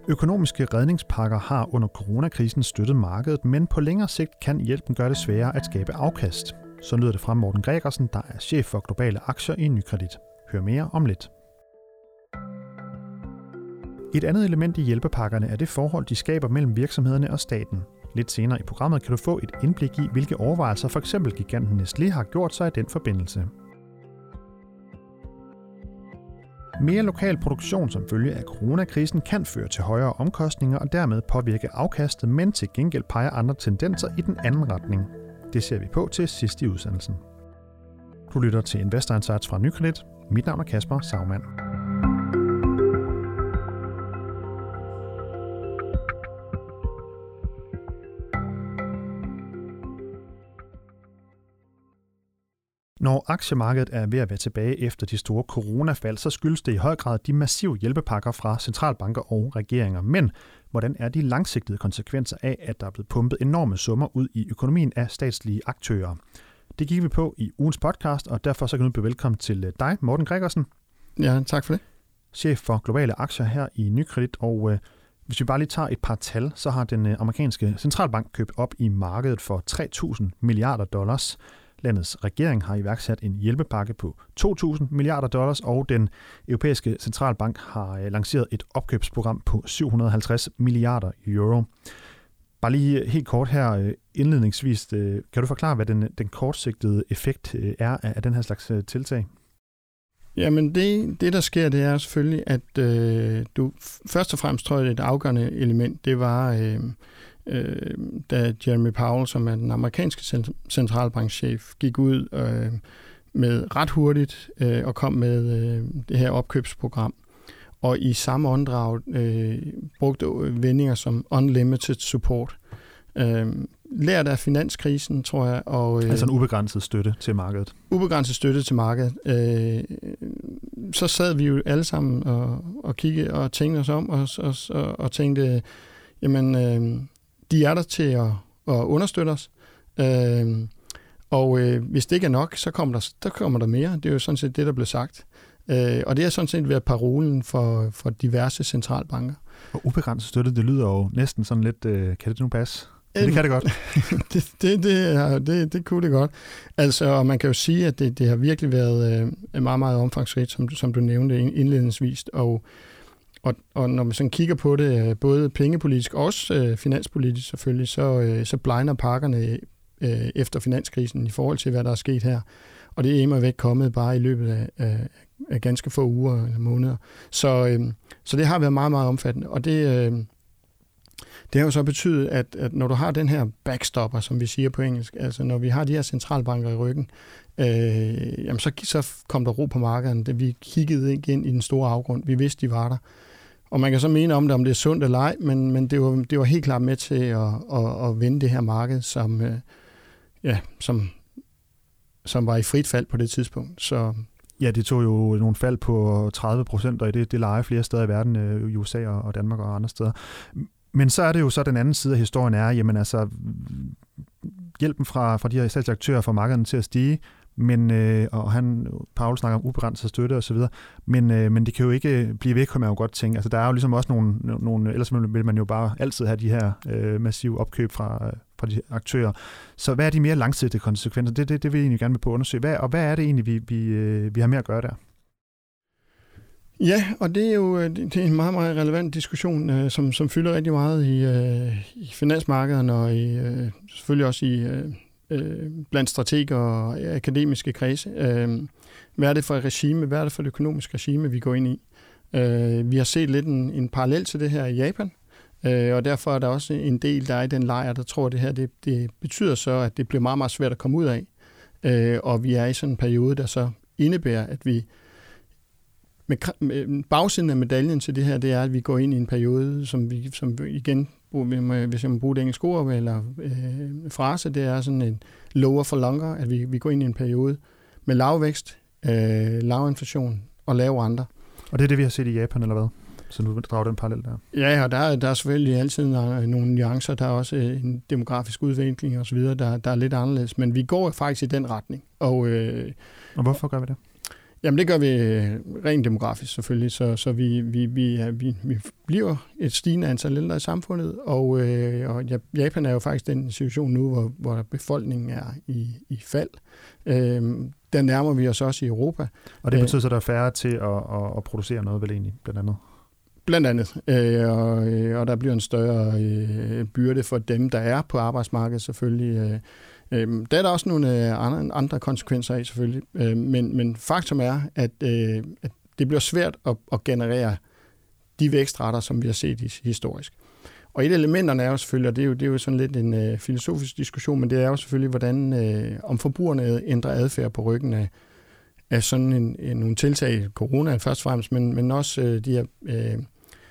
Økonomiske redningspakker har under coronakrisen støttet markedet, men på længere sigt kan hjælpen gøre det sværere at skabe afkast. Så lyder det fra Morten Gregersen, der er chef for globale aktier i Nykredit. Hør mere om lidt. Et andet element i hjælpepakkerne er det forhold, de skaber mellem virksomhederne og staten. Lidt senere i programmet kan du få et indblik i, hvilke overvejelser f.eks. giganten Nestlé har gjort sig i den forbindelse. Mere lokal produktion som følge af coronakrisen kan føre til højere omkostninger og dermed påvirke afkastet, men til gengæld peger andre tendenser i den anden retning. Det ser vi på til sidst i udsendelsen. Du lytter til Investor Insights fra Nykredit. Mit navn er Kasper Saugmann. Når aktiemarkedet er ved at være tilbage efter de store coronafald, så skyldes det i høj grad de massive hjælpepakker fra centralbanker og regeringer. Men hvordan er de langsigtede konsekvenser af, at der er blevet pumpet enorme summer ud i økonomien af statslige aktører? Det gik vi på i ugens podcast, og derfor så kan du byde velkommen til dig, Morten Gregersen. Ja, tak for det. Chef for globale aktier her i Nykredit, og hvis vi bare lige tager et par tal, så har den amerikanske centralbank købt op i markedet for $3.000 milliarder. Landets regering har iværksat en hjælpepakke på $2.000 milliarder, og den europæiske centralbank har lanceret et opkøbsprogram på 750 milliarder euro. Bare lige helt kort her indledningsvis, kan du forklare, hvad den kortsigtede effekt er af den her slags tiltag? Jamen det der sker, det er selvfølgelig, at du først og fremmest tror jeg, et afgørende element, det var da Jeremy Powell, som er den amerikanske centralbankchef, gik ud med ret hurtigt og kom med det her opkøbsprogram. Og i samme åndedrag brugte vendinger som unlimited support. Lært af finanskrisen, tror jeg. Og, altså en ubegrænset støtte til markedet. Ubegrænset støtte til markedet. Så sad vi jo alle sammen og kiggede og tænkte os om og tænkte, jamen de er der til at understøtte os. Og hvis det ikke er nok, så kommer der mere. Det er jo sådan set det, der blev sagt. Og det er sådan set været parolen for diverse centralbanker. Og ubegrænset støtte, det lyder jo næsten sådan lidt, kan det nu passe? Det kan det godt. det kunne det godt. Altså, og man kan jo sige, at det har virkelig været meget, meget omfangsrigt, som du nævnte indledningsvis. Og når man sådan kigger på det, både pengepolitisk og også finanspolitisk selvfølgelig, så blegner pakkerne efter finanskrisen i forhold til, hvad der er sket her. Og det er immer væk kommet bare i løbet af ganske få uger eller måneder. Så det har været meget, meget omfattende. Og det har jo så betydet, at når du har den her backstopper, som vi siger på engelsk, altså når vi har de her centralbanker i ryggen, jamen så kom der ro på markedet, da vi kiggede ikke ind i den store afgrund. Vi vidste, de var der. Og man kan så mene om det er sundt eller ej, men det var helt klart med til at vende det her marked, som var i frit fald på det tidspunkt. Så ja, det tog jo nogle fald på 30%, og det leger flere steder i verden, i USA og Danmark og andre steder. Men så er det jo så den anden side af historien er, jamen altså, hjælpen fra de her statslige aktører får markedet til at stige, men, og Paul snakker om ubegrænset støtte og så videre, men det kan jo ikke blive væk, kan man jo godt tænke. Altså der er jo ligesom også nogle ellers vil man jo bare altid have de her massive opkøb fra de aktører. Så hvad er de mere langsigtede konsekvenser? Det vil jeg egentlig gerne på at undersøge. Hvad er det egentlig, vi har med at gøre der? Ja, og det er jo en meget, meget relevant diskussion, som fylder rigtig meget i finansmarkederne og selvfølgelig også blandt strateger og akademiske kredse. Hvad er det for et regime? Hvad er det for et økonomisk regime, vi går ind i? Vi har set lidt en parallel til det her i Japan, og derfor er der også en del, der er i den lejr, der tror, at det her det betyder så, at det bliver meget, meget svært at komme ud af. Og vi er i sådan en periode, der så indebærer, at vi med bagsiden af medaljen til det her, det er, at vi går ind i en periode, som igen, hvis jeg må bruge det engelske ord eller frase, det er sådan en lower for longer, at vi går ind i en periode med lav vækst, lav inflation og lav renter. Og det er det, vi har set i Japan, eller hvad? Så nu drager den parallel der. Ja, og der er selvfølgelig altid nogle nuancer. Der er også en demografisk udvikling og så videre, der er lidt anderledes. Men vi går faktisk i den retning. Og hvorfor gør vi det? Jamen det gør vi rent demografisk selvfølgelig, så vi bliver et stigende antal ældre i samfundet, og Japan er jo faktisk den situation nu, hvor befolkningen er i fald. Der nærmer vi os også i Europa. Og det betyder så, at der er færre til at producere noget, vel egentlig, blandt andet? Blandt andet, og der bliver en større byrde for dem, der er på arbejdsmarkedet selvfølgelig. Der er der også nogle andre konsekvenser af selvfølgelig, men faktum er, at det bliver svært at generere de vækstrater, som vi har set historisk. Og et af elementerne er jo selvfølgelig, og det er jo sådan lidt en filosofisk diskussion, men det er jo selvfølgelig, hvordan om forbrugerne ændrer adfærd på ryggen af sådan nogle tiltag, corona først og fremmest, men også de her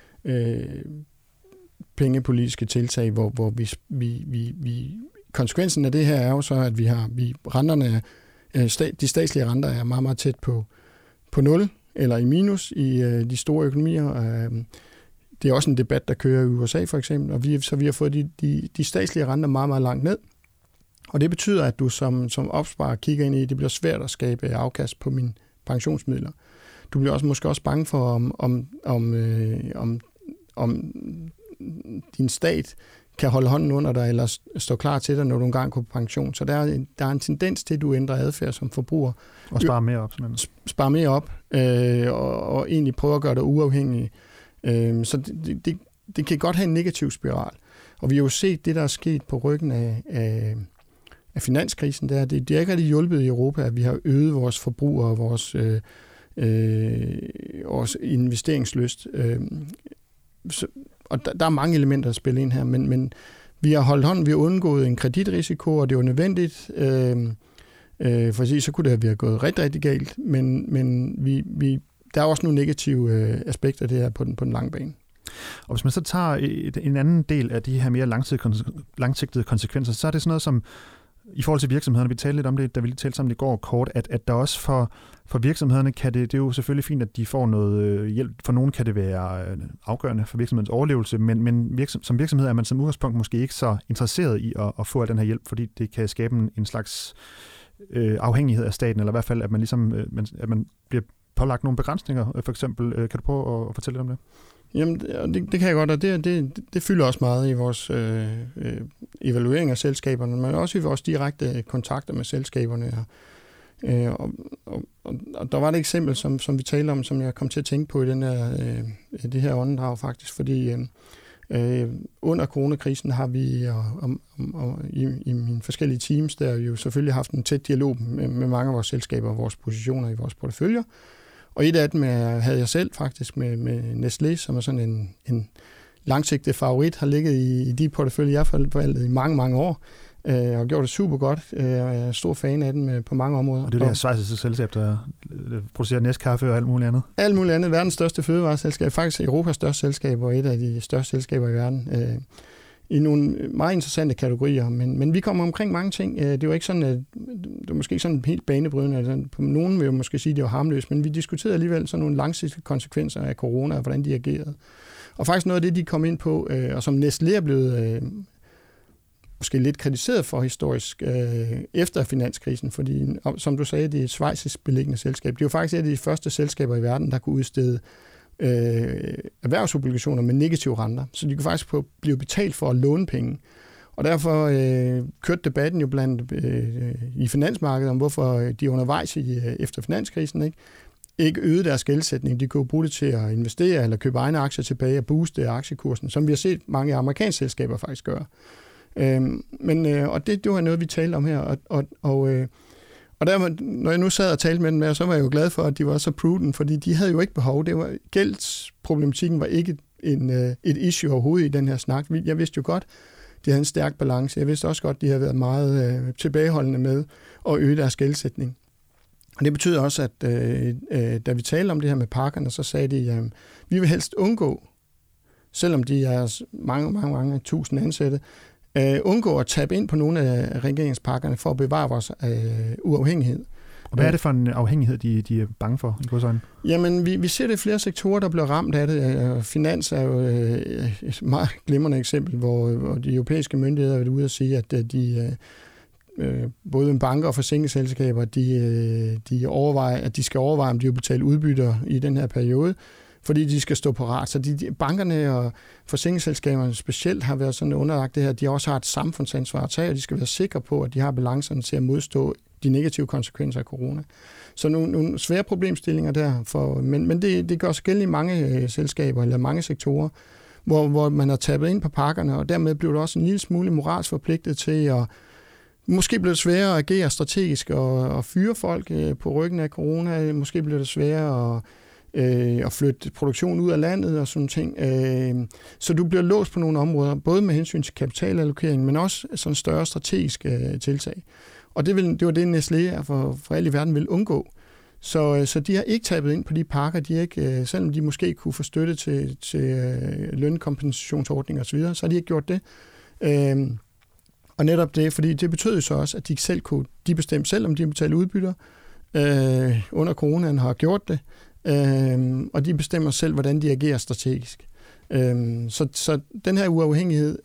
pengepolitiske tiltag, hvor vi konsekvensen af det her er jo så, at renterne, de statslige renter er meget, meget tæt på 0 eller i minus i de store økonomier. Det er også en debat, der kører i USA for eksempel, og vi har fået de statslige renter meget, meget langt ned. Og det betyder, at du som opsparer kigger ind i, det bliver svært at skabe afkast på mine pensionsmidler. Du bliver måske også bange for, om din stat kan holde hånden under dig, eller stå klar til dig, når du engang går på pension. Så der er en tendens til, at du ændrer adfærd som forbruger. Og sparer mere op, simpelthen. Sparer mere op, og egentlig prøver at gøre dig uafhængig. Så det kan godt have en negativ spiral. Og vi har jo set det, der er sket på ryggen af finanskrisen, det har ikke rigtig hjulpet i Europa, at vi har øget vores forbrug og vores investeringslyst. Og der er mange elementer at spille ind her, men vi har holdt hånden, vi har undgået en kreditrisiko, og det var nødvendigt, for at sige, så kunne det have gået rigtig, rigtig galt, men der er også nogle negative aspekter af det her på den lange bane. Og hvis man så tager en anden del af de her mere langsigtede konsekvenser, så er det sådan noget som, i forhold til virksomhederne, vi talte lidt om det, da vi lige talte sammen i går kort, at der også for virksomhederne kan det er jo selvfølgelig fint, at de får noget hjælp. For nogen kan det være afgørende for virksomhedens overlevelse, men som virksomhed er man som udgangspunkt måske ikke så interesseret i at få al den her hjælp, fordi det kan skabe en slags afhængighed af staten, eller i hvert fald, at man ligesom at man bliver pålagt nogle begrænsninger, for eksempel. Kan du prøve at fortælle lidt om det? Jamen, det kan jeg godt, og det fylder også meget i vores evaluering af selskaberne, men også i vores direkte kontakter med selskaberne. Og der var et eksempel, som vi talte om, som jeg kom til at tænke på i det her åndedrag faktisk, fordi under coronakrisen har vi i mine forskellige teams der jo selvfølgelig haft en tæt dialog med mange af vores selskaber og vores positioner i vores porteføljer. Og et af dem havde jeg selv faktisk med Nestlé, som er sådan en langsigtet favorit, har ligget i de porteføljer, jeg har forvaltet i mange, mange år, og gjort det super godt. Jeg er stor fan af den på mange områder. Og det er det her schweiziske selskab, der producerer Nescafé og alt muligt andet? Alt muligt andet. Verdens største fødevareselskab, faktisk Europas største selskab, og et af de største selskaber i verden. I nogle meget interessante kategorier, men vi kommer omkring mange ting. Det var ikke sådan, det var måske ikke sådan helt banebrydende. På nogen vil jo måske sige, at det var harmløst, men vi diskuterede alligevel sådan nogle langsigtede konsekvenser af corona, og hvordan de agerede. Og faktisk noget af det, de kom ind på, og som Nestlé er blevet måske lidt kritiseret for historisk efter finanskrisen, fordi, som du sagde, det er et schweizisk beliggende selskab. Det er jo faktisk et af de første selskaber i verden, der kunne udstede erhvervsobligationer med negative renter. Så de kunne faktisk blive betalt for at låne penge. Og derfor kørte debatten jo blandt i finansmarkedet om, hvorfor de undervejs efter finanskrisen ikke øgede deres gældsætning. De kunne bruge det til at investere eller købe egne aktier tilbage og booste aktiekursen, som vi har set mange amerikanske selskaber faktisk gøre. Og det var noget, vi talte om her. Og der, når jeg nu sad og talte med dem, så var jeg jo glad for, at de var så prudent, fordi de havde jo ikke behov. Gældsproblematikken var ikke et issue overhovedet i den her snak. Jeg vidste jo godt, de havde en stærk balance. Jeg vidste også godt, de havde været meget tilbageholdende med at øge deres gældsætning. Og det betyder også, at da vi talte om det her med pakkerne, så sagde de, at vi vil helst undgå, selvom de er mange tusind ansatte, undgå at tabe ind på nogle af regeringspakkerne for at bevare vores uafhængighed. Og hvad er det for en afhængighed, de er bange for i godsøjne? Jamen, vi ser det i flere sektorer, der bliver ramt af det. Finans er jo et meget glimrende eksempel, hvor de europæiske myndigheder er ude at sige, at både banker og forsikringsselskaber, de overvejer, at de skal overveje, om de vil betale udbytter i den her periode, fordi de skal stå parat. Så bankerne og forsikringsselskaberne specielt har været sådan underlagt det her, de også har et samfundsansvar at tage, og de skal være sikre på, at de har balancerne til at modstå de negative konsekvenser af corona. Så nogle svære problemstillinger der, men det gør sig gældende i mange selskaber eller mange sektorer, hvor man har tappet ind på pakkerne, og dermed blev det også en lille smule moralsk forpligtet til at måske blev det sværere at agere strategisk og fyre folk på ryggen af corona. Måske blev det sværere at flytte produktion ud af landet og sådan ting. Så du bliver låst på nogle områder, både med hensyn til kapitalallokering, men også sådan større strategiske tiltag. Og det var det, Nestlé for alt i verden ville undgå. Så de har ikke tabet ind på de pakker, de ikke, selvom de måske kunne få støtte til lønkompensationsordninger osv., så har de ikke gjort det. Og netop det, fordi det betød jo så også, at de selv kunne, de bestemte selv, om de betalte udbytter. Under coronaen har gjort det, og de bestemmer selv, hvordan de agerer strategisk. Så den her uafhængighed,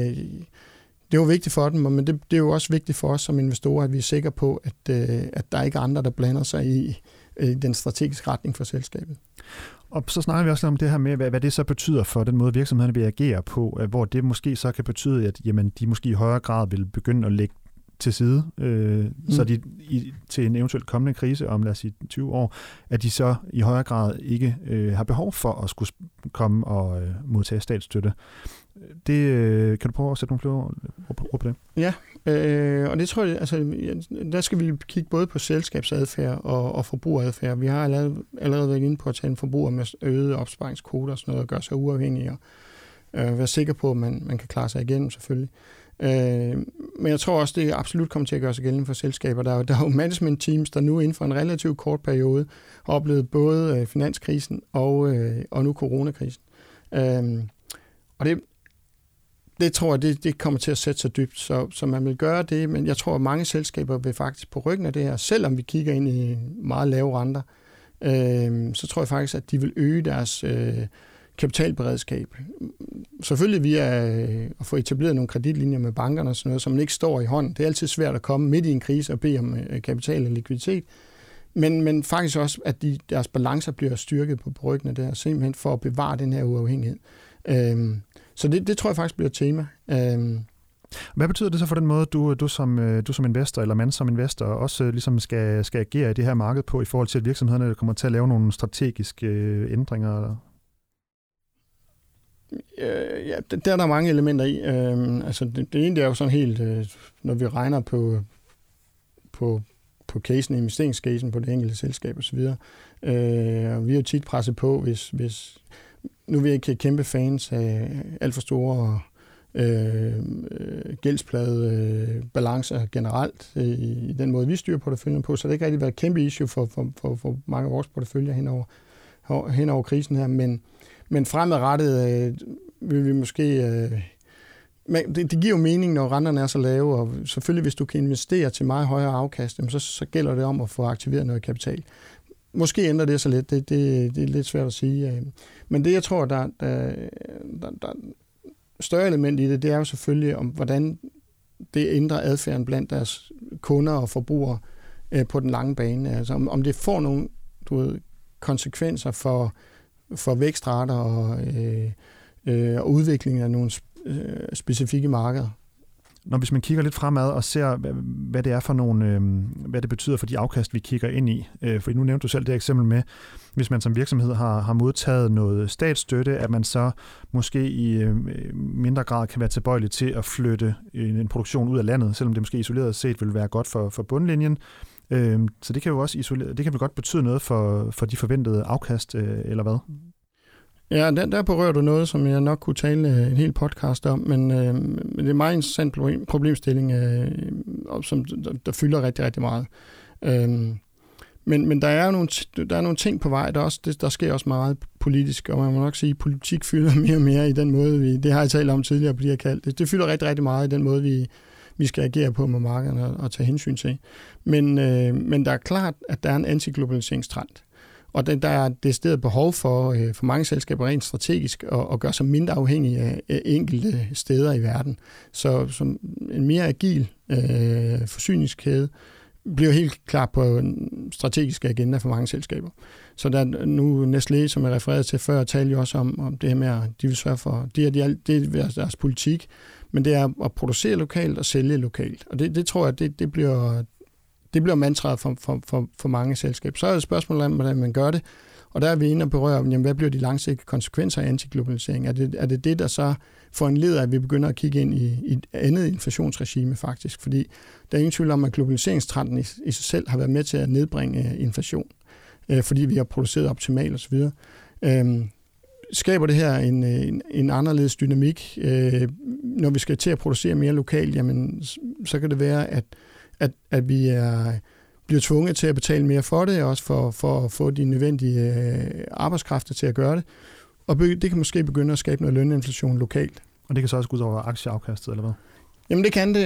det er jo vigtigt for dem, men det er jo også vigtigt for os som investorer, at vi er sikre på, at der ikke er andre, der blander sig i den strategiske retning for selskabet. Og så snakker vi også om det her med, hvad det så betyder for den måde, virksomhederne vil agere på, hvor det måske så kan betyde, at jamen, de måske i højere grad vil begynde at lægge til side, så de til en eventuelt kommende krise om, lad os sige, 20 år, at de så i højere grad ikke har behov for at skulle komme og modtage statsstøtte. Det, kan du prøve at sætte nogle flere ord på det? Ja, og det tror jeg, altså, der skal vi kigge både på selskabsadfærd og forbrugeradfærd. Vi har allerede været inde på at tale en forbruger med øgede opsparingskvoter og sådan noget, og gøre sig uafhængig og være sikker på, at man kan klare sig igennem selvfølgelig. Men jeg tror også, det absolut kommer til at gøre sig gældende for selskaber. Der er jo management teams, der nu inden for en relativt kort periode har oplevet både finanskrisen og nu coronakrisen. Og det tror jeg, det kommer til at sætte sig dybt, så man vil gøre det, men jeg tror, at mange selskaber vil faktisk på ryggen af det her, selvom vi kigger ind i meget lave renter, så tror jeg faktisk, at de vil øge deres kapitalberedskab. Selvfølgelig via at få etableret nogle kreditlinjer med bankerne og sådan noget, som ikke står i hånden. Det er altid svært at komme midt i en krise og bede om kapital og likviditet, men faktisk også, at deres balancer bliver styrket på ryggen af det her, simpelthen for at bevare den her uafhængighed. Så det tror jeg faktisk bliver et tema. Hvad betyder det så for den måde, du som investor, eller man som investor, også ligesom skal agere i det her marked på, i forhold til, at virksomhederne kommer til at lave nogle strategiske ændringer? Eller? Ja, der er der mange elementer i. Altså det ene er jo sådan helt, når vi regner på casen, investeringscasen på det enkelte selskab osv. Vi har jo tit presset på, hvis nu er vi ikke kæmpe fans af alt for store gældsplade balancer generelt i den måde, vi styrer porteføljen på, så det har ikke rigtig været et kæmpe issue for mange af vores porteføljer hen over krisen her, men fremadrettet vil vi måske... Men det giver jo mening, når renterne er så lave, og selvfølgelig, hvis du kan investere til meget højere afkast, så gælder det om at få aktiveret noget kapital. Måske ændrer det så lidt, det er lidt svært at sige. Men det, jeg tror, der er større element i det er jo selvfølgelig, om hvordan det ændrer adfærden blandt deres kunder og forbrugere på den lange bane. Altså om det får nogle konsekvenser for vækstrater og udviklingen af nogle specifikke markeder. Når hvis man kigger lidt fremad og ser, hvad det er for nogle, hvad det betyder for de afkast, vi kigger ind i. For nu nævnte du selv det eksempel med, hvis man som virksomhed har modtaget noget statsstøtte, at man så måske i mindre grad kan være tilbøjelig til at flytte en produktion ud af landet, selvom det måske isoleret set vil være godt for bundlinjen. Så det kan jo også det kan vel godt betyde noget for de forventede afkast, eller hvad? Ja, der berører du noget, som jeg nok kunne tale en hel podcast om, men det er en meget interessant problemstilling, som der fylder rigtig, rigtig meget. Men der er nogle ting på vej, der sker også meget politisk, og man må nok sige, at politik fylder mere og mere i den måde, det har jeg talt om tidligere på de her kald. Det fylder rigtig, rigtig meget i den måde, vi skal agere på med markederne og tage hensyn til. Men der er klart, at der er en antiglobaliseringstrend. Og der er decideret behov for mange selskaber rent strategisk at gøre sig mindre afhængige af enkelte steder i verden. Så som en mere agil forsyningskæde bliver helt klart på en strategisk agenda for mange selskaber. Så der nu Nestlé, som jeg refererede til før, talte jo også om det her med, at de vil sørge for, det er deres politik, men det er at producere lokalt og sælge lokalt. Og det tror jeg, det bliver mantraet for mange selskaber. Så er det et spørgsmål om, hvordan man gør det, og der er vi inde og berører, jamen, hvad bliver de langsigtede konsekvenser af antiglobalisering? Er det, der så foranleder, at vi begynder at kigge ind i et andet inflationsregime faktisk? Fordi der er ingen tvivl om, at globaliseringstrenden i sig selv har været med til at nedbringe inflation, fordi vi har produceret optimalt osv. Skaber det her en anderledes dynamik, når vi skal til at producere mere lokalt, jamen, så kan det være, at vi bliver tvunget til at betale mere for det, også for at få de nødvendige arbejdskræfter til at gøre det. Og det kan måske begynde at skabe noget løninflation lokalt. Og det kan så også gå ud over aktieafkastet, eller hvad? Jamen det kan det.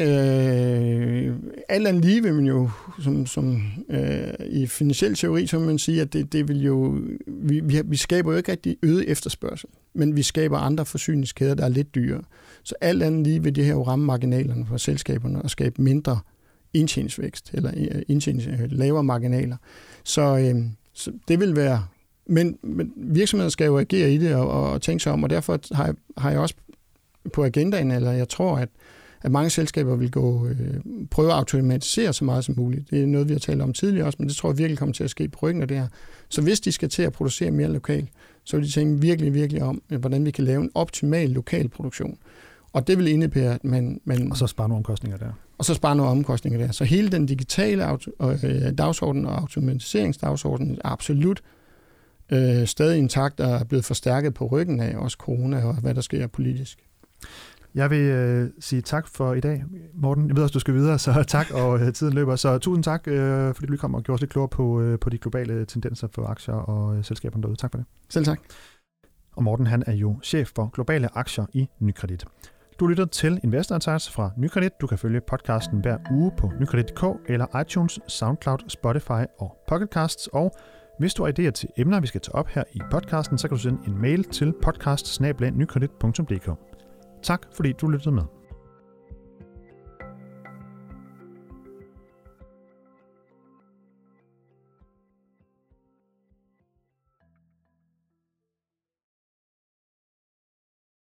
Alt andet lige vil man jo, som i finansiel teori, så vil man sige, at det vil jo... Vi skaber jo ikke rigtig øget efterspørgsel, men vi skaber andre forsyningskæder, der er lidt dyrere. Så alt andet lige vil det her jo ramme marginalerne for selskaberne og skabe mindre indtjeningsvækst, eller lavere marginaler. Så det vil være... Men virksomheder skal jo agere i det og tænke sig om, og derfor har jeg også på agendaen, eller jeg tror, at mange selskaber vil prøve at automatisere så meget som muligt. Det er noget, vi har talt om tidligere også, men det tror jeg virkelig kommer til at ske på ryggen af det her. Så hvis de skal til at producere mere lokalt, så vil de tænke virkelig, virkelig om, hvordan vi kan lave en optimal lokal produktion. Og det vil indebære, at man... Og så spare nogle omkostninger der. Og så spare nogle omkostninger der. Så hele den digitale dagsorden og automatiseringsdagsorden er absolut stadig intakt og er blevet forstærket på ryggen af også corona og hvad der sker politisk. Jeg vil sige tak for i dag, Morten. Jeg ved også, du skal videre, så tak, og tiden løber. Så tusind tak, fordi du lige kom og gjorde os lidt klogere på de globale tendenser for aktier og selskaberne derude. Tak for det. Selv tak. Og Morten, han er jo chef for globale aktier i Nykredit. Du lytter til Investor Insights fra Nykredit. Du kan følge podcasten hver uge på nykredit.dk eller iTunes, SoundCloud, Spotify og Pocketcasts. Og hvis du har idéer til emner, vi skal tage op her i podcasten, så kan du sende en mail til podcast@nykredit.dk. Tak fordi du lyttede med.